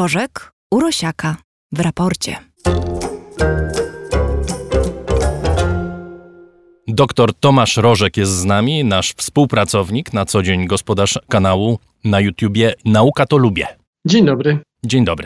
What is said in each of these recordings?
Rożek u Rosiaka w raporcie. Doktor Tomasz Rożek jest z nami, nasz współpracownik, na co dzień gospodarz kanału na YouTubie Nauka to Lubię. Dzień dobry. Dzień dobry.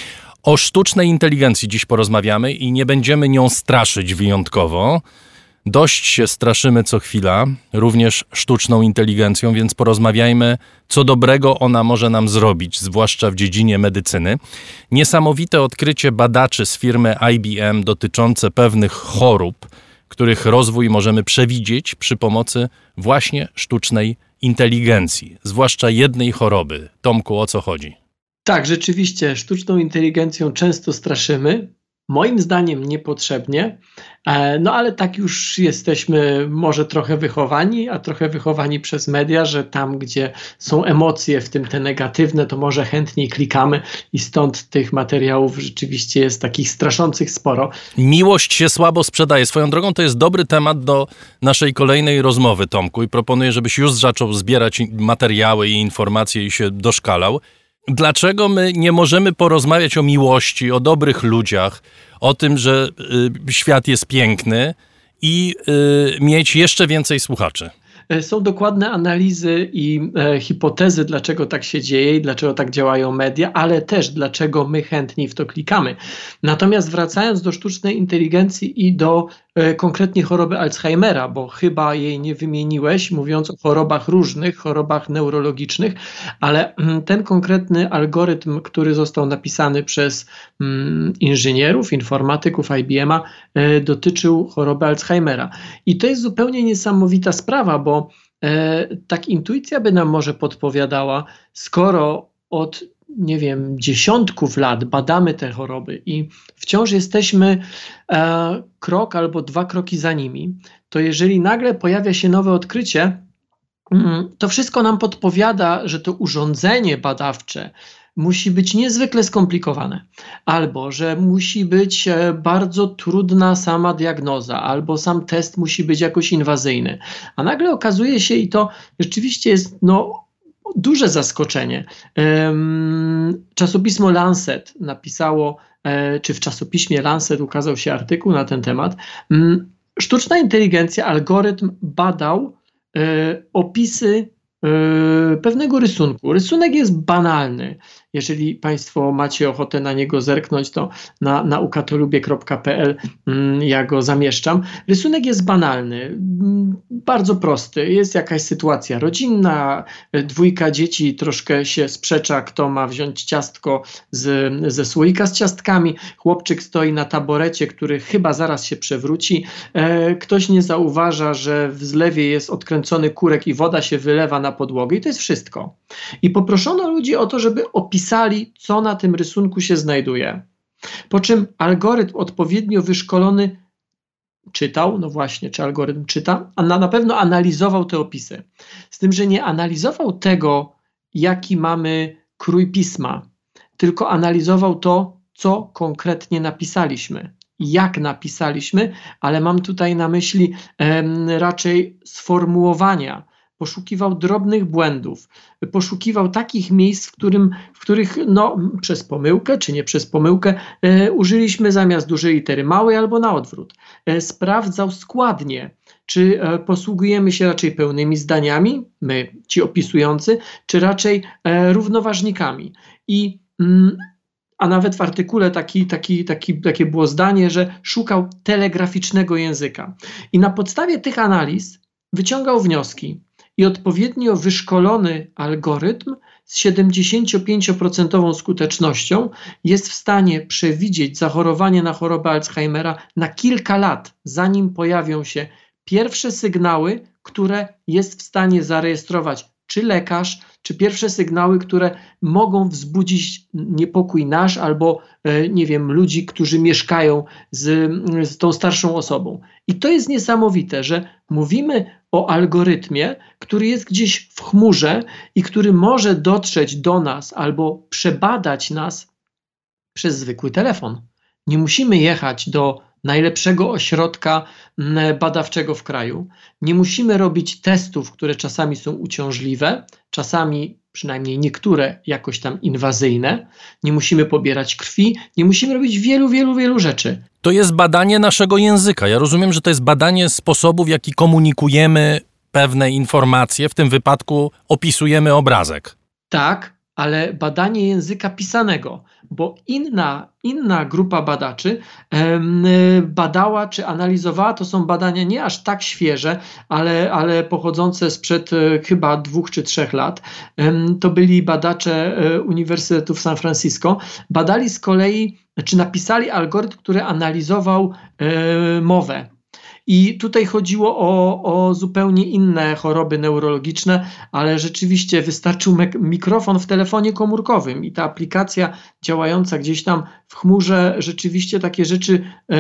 O sztucznej inteligencji dziś porozmawiamy i nie będziemy nią straszyć wyjątkowo. Dość się straszymy co chwila, również sztuczną inteligencją, więc porozmawiajmy, co dobrego ona może nam zrobić, zwłaszcza w dziedzinie medycyny. Niesamowite odkrycie badaczy z firmy IBM dotyczące pewnych chorób, których rozwój możemy przewidzieć przy pomocy właśnie sztucznej inteligencji, zwłaszcza jednej choroby. Tomku, o co chodzi? Tak, rzeczywiście sztuczną inteligencją często straszymy. Moim zdaniem niepotrzebnie, no ale tak już jesteśmy może trochę wychowani, a trochę wychowani przez media, że tam, gdzie są emocje, w tym te negatywne, to może chętniej klikamy i stąd tych materiałów rzeczywiście jest takich straszących sporo. Miłość się słabo sprzedaje. Swoją drogą to jest dobry temat do naszej kolejnej rozmowy, Tomku, i proponuję, żebyś już zaczął zbierać materiały i informacje i się doszkalał. Dlaczego my nie możemy porozmawiać o miłości, o dobrych ludziach, o tym, że świat jest piękny i mieć jeszcze więcej słuchaczy? Są dokładne analizy i hipotezy, dlaczego tak się dzieje i dlaczego tak działają media, ale też dlaczego my chętniej w to klikamy. Natomiast wracając do sztucznej inteligencji i do konkretnie choroby Alzheimera, bo chyba jej nie wymieniłeś, mówiąc o chorobach różnych, chorobach neurologicznych, ale ten konkretny algorytm, który został napisany przez inżynierów, informatyków IBM-a, dotyczył choroby Alzheimera. I to jest zupełnie niesamowita sprawa, bo tak intuicja by nam może podpowiadała, skoro od dziesiątków lat badamy te choroby i wciąż jesteśmy krok albo 2 kroki za nimi, to jeżeli nagle pojawia się nowe odkrycie, to wszystko nam podpowiada, że to urządzenie badawcze musi być niezwykle skomplikowane, albo że musi być bardzo trudna sama diagnoza, albo sam test musi być jakoś inwazyjny. A nagle okazuje się, i to rzeczywiście jest duże zaskoczenie. Czasopismo Lancet napisało, czy w czasopiśmie Lancet ukazał się artykuł na ten temat. Sztuczna inteligencja, algorytm badał opisy pewnego rysunku. Rysunek jest banalny. Jeżeli Państwo macie ochotę na niego zerknąć, to na naukatolubię.pl ja go zamieszczam. Rysunek jest banalny, bardzo prosty. Jest jakaś sytuacja rodzinna, 2 dzieci troszkę się sprzecza, kto ma wziąć ciastko ze słoika z ciastkami. Chłopczyk stoi na taborecie, który chyba zaraz się przewróci. Ktoś nie zauważa, że w zlewie jest odkręcony kurek i woda się wylewa na podłogę i to jest wszystko. I poproszono ludzi o to, żeby opisali, co na tym rysunku się znajduje. Po czym algorytm odpowiednio wyszkolony czytał, czy algorytm czyta, a na pewno analizował te opisy. Z tym, że nie analizował tego, jaki mamy krój pisma, tylko analizował to, co konkretnie napisaliśmy. Jak napisaliśmy, ale mam tutaj na myśli raczej sformułowania. Poszukiwał drobnych błędów, poszukiwał takich miejsc, w których przez pomyłkę czy nie przez pomyłkę użyliśmy zamiast dużej litery małej albo na odwrót. Sprawdzał składnie, czy posługujemy się raczej pełnymi zdaniami, my ci opisujący, czy raczej równoważnikami. A nawet w artykule takie było zdanie, że szukał telegraficznego języka. I na podstawie tych analiz wyciągał wnioski. I odpowiednio wyszkolony algorytm z 75% skutecznością jest w stanie przewidzieć zachorowanie na chorobę Alzheimera na kilka lat, zanim pojawią się pierwsze sygnały, które jest w stanie zarejestrować czy lekarz, czy pierwsze sygnały, które mogą wzbudzić niepokój nasz albo, ludzi, którzy mieszkają z tą starszą osobą. I to jest niesamowite, że mówimy o algorytmie, który jest gdzieś w chmurze i który może dotrzeć do nas albo przebadać nas przez zwykły telefon. Nie musimy jechać do najlepszego ośrodka badawczego w kraju. Nie musimy robić testów, które czasami są uciążliwe, czasami przynajmniej niektóre jakoś tam inwazyjne, nie musimy pobierać krwi, nie musimy robić wielu rzeczy. To jest badanie naszego języka. Ja rozumiem, że to jest badanie sposobu, w jaki komunikujemy pewne informacje, w tym wypadku opisujemy obrazek. Tak, ale badanie języka pisanego, bo inna grupa badaczy badała czy analizowała, to są badania nie aż tak świeże, ale pochodzące sprzed chyba 2 czy 3 lat. To byli badacze Uniwersytetu w San Francisco. Badali z kolei, czy napisali algorytm, który analizował mowę. I tutaj chodziło o zupełnie inne choroby neurologiczne, ale rzeczywiście wystarczył mikrofon w telefonie komórkowym i ta aplikacja działająca gdzieś tam w chmurze rzeczywiście takie rzeczy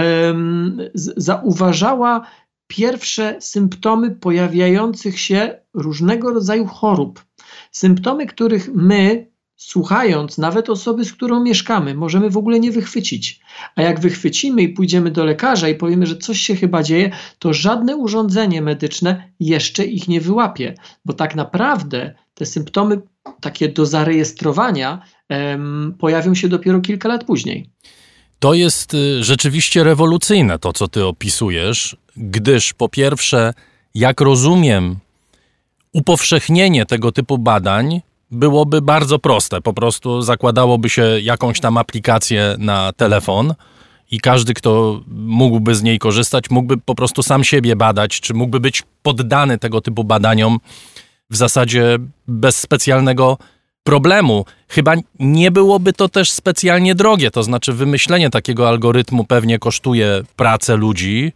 zauważała pierwsze symptomy pojawiających się różnego rodzaju chorób. Symptomy, których my, słuchając, nawet osoby, z którą mieszkamy, możemy w ogóle nie wychwycić. A jak wychwycimy i pójdziemy do lekarza i powiemy, że coś się chyba dzieje, to żadne urządzenie medyczne jeszcze ich nie wyłapie, bo tak naprawdę te symptomy takie do zarejestrowania pojawią się dopiero kilka lat później. To jest rzeczywiście rewolucyjne to, co ty opisujesz, gdyż po pierwsze, jak rozumiem, upowszechnienie tego typu badań byłoby bardzo proste. Po prostu zakładałoby się jakąś tam aplikację na telefon i każdy, kto mógłby z niej korzystać, mógłby po prostu sam siebie badać, czy mógłby być poddany tego typu badaniom w zasadzie bez specjalnego problemu. Chyba nie byłoby to też specjalnie drogie, to znaczy wymyślenie takiego algorytmu pewnie kosztuje pracę ludzi,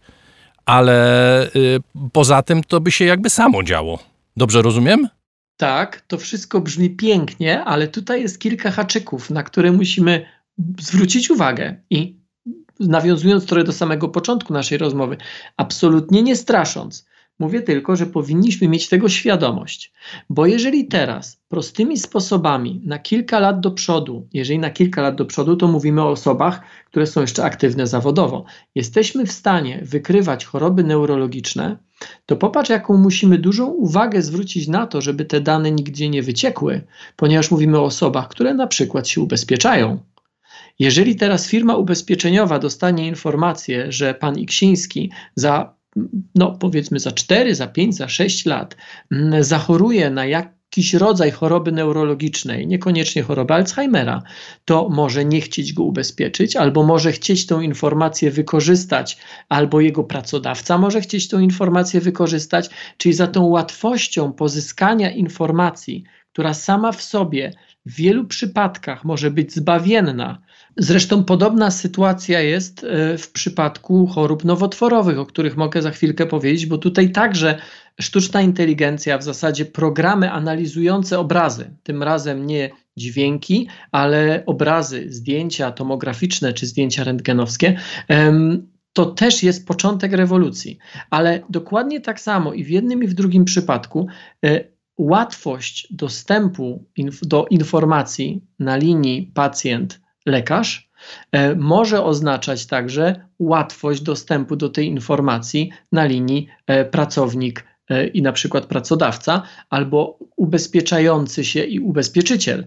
ale poza tym to by się jakby samo działo. Dobrze rozumiem? Tak, to wszystko brzmi pięknie, ale tutaj jest kilka haczyków, na które musimy zwrócić uwagę i nawiązując trochę do samego początku naszej rozmowy, absolutnie nie strasząc, mówię tylko, że powinniśmy mieć tego świadomość, bo jeżeli teraz prostymi sposobami na kilka lat do przodu, jeżeli na kilka lat do przodu, to mówimy o osobach, które są jeszcze aktywne zawodowo, jesteśmy w stanie wykrywać choroby neurologiczne, to popatrz, jaką musimy dużą uwagę zwrócić na to, żeby te dane nigdzie nie wyciekły, ponieważ mówimy o osobach, które na przykład się ubezpieczają. Jeżeli teraz firma ubezpieczeniowa dostanie informację, że pan Iksiński powiedzmy za 4, za 5, za 6 lat zachoruje na jakiś rodzaj choroby neurologicznej, niekoniecznie choroby Alzheimera, to może nie chcieć go ubezpieczyć, albo może chcieć tą informację wykorzystać, albo jego pracodawca może chcieć tą informację wykorzystać, czyli za tą łatwością pozyskania informacji, która sama w sobie w wielu przypadkach może być zbawienna. Zresztą podobna sytuacja jest w przypadku chorób nowotworowych, o których mogę za chwilkę powiedzieć, bo tutaj także sztuczna inteligencja, w zasadzie programy analizujące obrazy, tym razem nie dźwięki, ale obrazy, zdjęcia tomograficzne czy zdjęcia rentgenowskie, to też jest początek rewolucji. Ale dokładnie tak samo i w jednym i w drugim przypadku łatwość dostępu do informacji na linii pacjent-lekarz może oznaczać także łatwość dostępu do tej informacji na linii pracownik i na przykład pracodawca albo ubezpieczający się i ubezpieczyciel.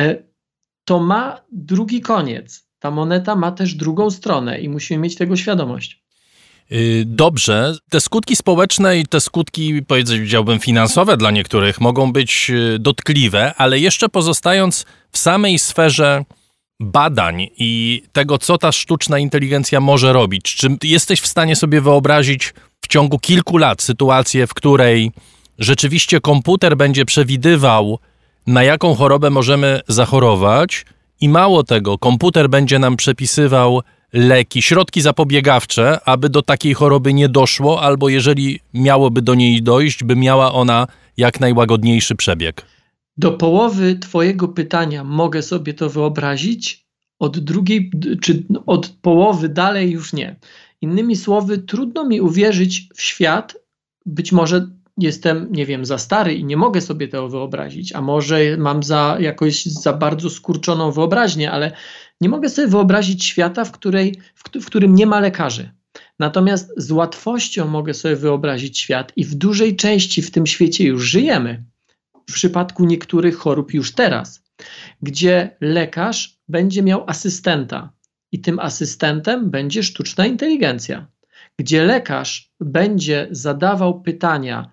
To ma drugi koniec. Ta moneta ma też drugą stronę i musimy mieć tego świadomość. Dobrze. Te skutki społeczne i te skutki, powiedziałbym, finansowe dla niektórych mogą być dotkliwe, ale jeszcze pozostając w samej sferze badań i tego, co ta sztuczna inteligencja może robić, czy jesteś w stanie sobie wyobrazić w ciągu kilku lat sytuację, w której rzeczywiście komputer będzie przewidywał, na jaką chorobę możemy zachorować i mało tego, komputer będzie nam przepisywał leki, środki zapobiegawcze, aby do takiej choroby nie doszło, albo jeżeli miałoby do niej dojść, by miała ona jak najłagodniejszy przebieg. Do połowy twojego pytania mogę sobie to wyobrazić, od drugiej, czy od połowy dalej już nie. Innymi słowy, trudno mi uwierzyć w świat, być może jestem, nie wiem, za stary i nie mogę sobie tego wyobrazić, a może mam jakoś za bardzo skurczoną wyobraźnię, ale nie mogę sobie wyobrazić świata, w którym nie ma lekarzy. Natomiast z łatwością mogę sobie wyobrazić świat i w dużej części w tym świecie już żyjemy, w przypadku niektórych chorób już teraz, gdzie lekarz będzie miał asystenta i tym asystentem będzie sztuczna inteligencja, gdzie lekarz będzie zadawał pytania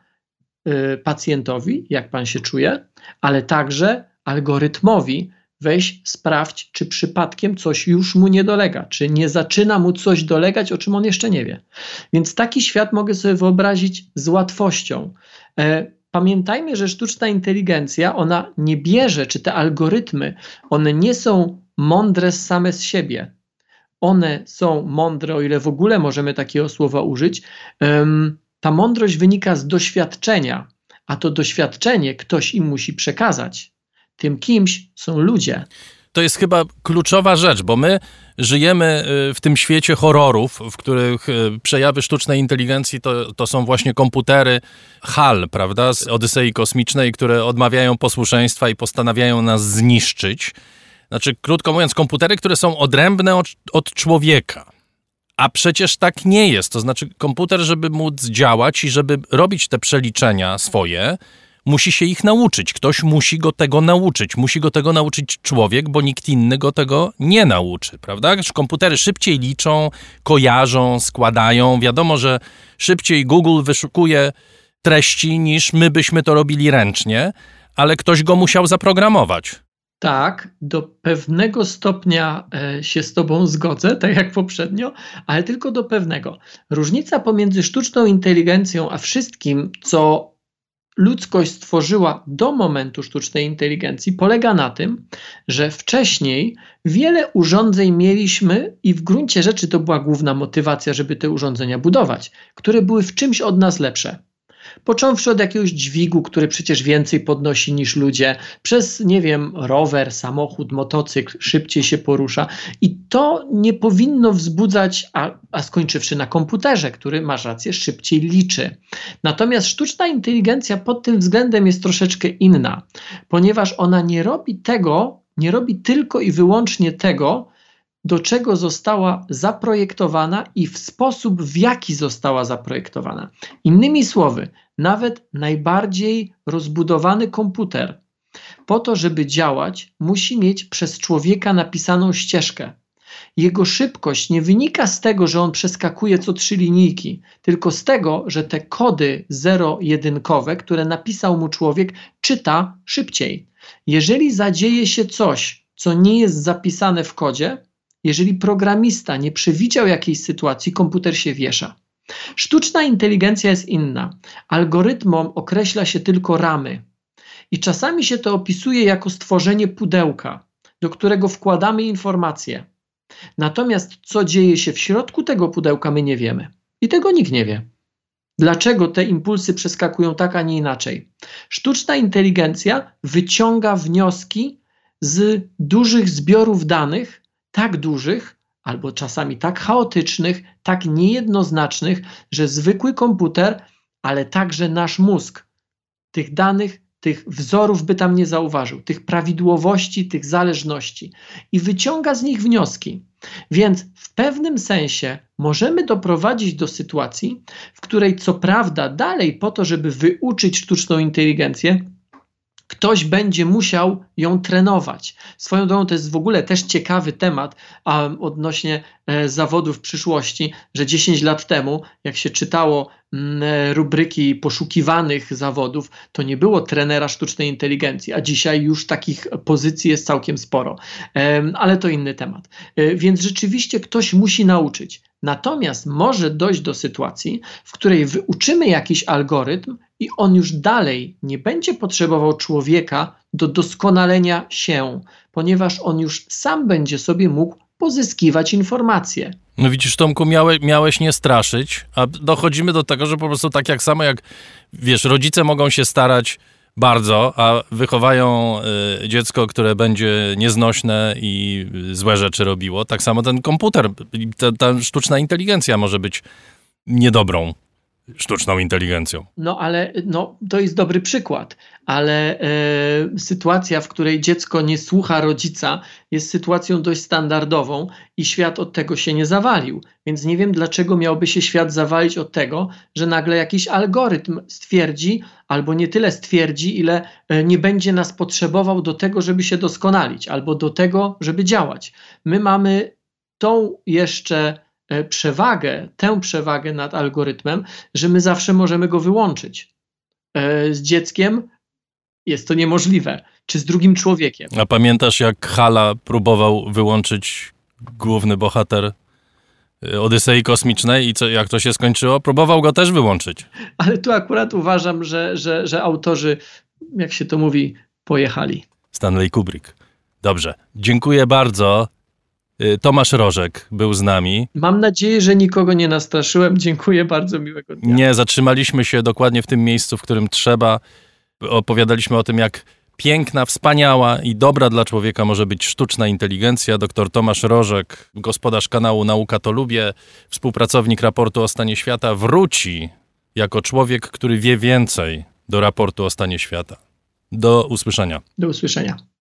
pacjentowi, jak pan się czuje, ale także algorytmowi, weź sprawdź, czy przypadkiem coś już mu nie dolega, czy nie zaczyna mu coś dolegać, o czym on jeszcze nie wie. Więc taki świat mogę sobie wyobrazić z łatwością. Pamiętajmy, że sztuczna inteligencja, ona nie bierze, czy te algorytmy, one nie są mądre same z siebie. One są mądre, o ile w ogóle możemy takiego słowa użyć. Ta mądrość wynika z doświadczenia, a to doświadczenie ktoś im musi przekazać. Tym kimś są ludzie. To jest chyba kluczowa rzecz, bo my żyjemy w tym świecie horrorów, w których przejawy sztucznej inteligencji to są właśnie komputery HAL, prawda, z Odysei Kosmicznej, które odmawiają posłuszeństwa i postanawiają nas zniszczyć. Znaczy, krótko mówiąc, komputery, które są odrębne od człowieka. A przecież tak nie jest. To znaczy, komputer, żeby móc działać i żeby robić te przeliczenia swoje, musi się ich nauczyć. Ktoś musi go tego nauczyć. Musi go tego nauczyć człowiek, bo nikt inny go tego nie nauczy, prawda? Komputery szybciej liczą, kojarzą, składają. Wiadomo, że szybciej Google wyszukuje treści, niż my byśmy to robili ręcznie, ale ktoś go musiał zaprogramować. Tak, do pewnego stopnia się z tobą zgodzę, tak jak poprzednio, ale tylko do pewnego. Różnica pomiędzy sztuczną inteligencją a wszystkim, co ludzkość stworzyła do momentu sztucznej inteligencji, polega na tym, że wcześniej wiele urządzeń mieliśmy i w gruncie rzeczy to była główna motywacja, żeby te urządzenia budować, które były w czymś od nas lepsze. Począwszy od jakiegoś dźwigu, który przecież więcej podnosi niż ludzie, przez, nie wiem, rower, samochód, motocykl, szybciej się porusza i to nie powinno wzbudzać, a skończywszy na komputerze, który, masz rację, szybciej liczy. Natomiast sztuczna inteligencja pod tym względem jest troszeczkę inna, ponieważ ona nie robi tylko i wyłącznie tego, do czego została zaprojektowana i w sposób, w jaki została zaprojektowana. Innymi słowy, nawet najbardziej rozbudowany komputer po to, żeby działać, musi mieć przez człowieka napisaną ścieżkę. Jego szybkość nie wynika z tego, że on przeskakuje co 3 linijki, tylko z tego, że te kody zero-jedynkowe, które napisał mu człowiek, czyta szybciej. Jeżeli zadzieje się coś, co nie jest zapisane w kodzie, jeżeli programista nie przewidział jakiejś sytuacji, komputer się wiesza. Sztuczna inteligencja jest inna. Algorytmom określa się tylko ramy. I czasami się to opisuje jako stworzenie pudełka, do którego wkładamy informacje. Natomiast co dzieje się w środku tego pudełka, my nie wiemy. I tego nikt nie wie. Dlaczego te impulsy przeskakują tak, a nie inaczej? Sztuczna inteligencja wyciąga wnioski z dużych zbiorów danych, tak dużych, albo czasami tak chaotycznych, tak niejednoznacznych, że zwykły komputer, ale także nasz mózg tych danych, tych wzorów by tam nie zauważył, tych prawidłowości, tych zależności i wyciąga z nich wnioski. Więc w pewnym sensie możemy doprowadzić do sytuacji, w której co prawda dalej po to, żeby wyuczyć sztuczną inteligencję, ktoś będzie musiał ją trenować. Swoją drogą to jest w ogóle też ciekawy temat odnośnie zawodów przyszłości, że 10 lat temu, jak się czytało rubryki poszukiwanych zawodów, to nie było trenera sztucznej inteligencji, a dzisiaj już takich pozycji jest całkiem sporo. Ale to inny temat. Więc rzeczywiście ktoś musi nauczyć. Natomiast może dojść do sytuacji, w której wyuczymy jakiś algorytm i on już dalej nie będzie potrzebował człowieka do doskonalenia się, ponieważ on już sam będzie sobie mógł pozyskiwać informacje. No widzisz, Tomku, miałeś nie straszyć, a dochodzimy do tego, że po prostu tak jak samo jak, wiesz, rodzice mogą się starać bardzo, a wychowają dziecko, które będzie nieznośne i złe rzeczy robiło, tak samo ten komputer, ta sztuczna inteligencja może być niedobrą sztuczną inteligencją. No ale to jest dobry przykład, ale sytuacja, w której dziecko nie słucha rodzica, jest sytuacją dość standardową i świat od tego się nie zawalił. Więc nie wiem, dlaczego miałby się świat zawalić od tego, że nagle jakiś algorytm stwierdzi, albo nie tyle stwierdzi, ile nie będzie nas potrzebował do tego, żeby się doskonalić, albo do tego, żeby działać. My mamy tą jeszcze tę przewagę nad algorytmem, że my zawsze możemy go wyłączyć. Z dzieckiem jest to niemożliwe. Czy z drugim człowiekiem. A pamiętasz, jak Hala próbował wyłączyć główny bohater Odysei Kosmicznej i jak to się skończyło? Próbował go też wyłączyć. Ale tu akurat uważam, że autorzy, jak się to mówi, pojechali. Stanley Kubrick. Dobrze. Dziękuję bardzo. Tomasz Rożek był z nami. Mam nadzieję, że nikogo nie nastraszyłem. Dziękuję bardzo, miłego dnia. Nie, zatrzymaliśmy się dokładnie w tym miejscu, w którym trzeba. Opowiadaliśmy o tym, jak piękna, wspaniała i dobra dla człowieka może być sztuczna inteligencja. Dr Tomasz Rożek, gospodarz kanału Nauka to Lubię, współpracownik raportu o stanie świata, wróci jako człowiek, który wie więcej do raportu o stanie świata. Do usłyszenia. Do usłyszenia.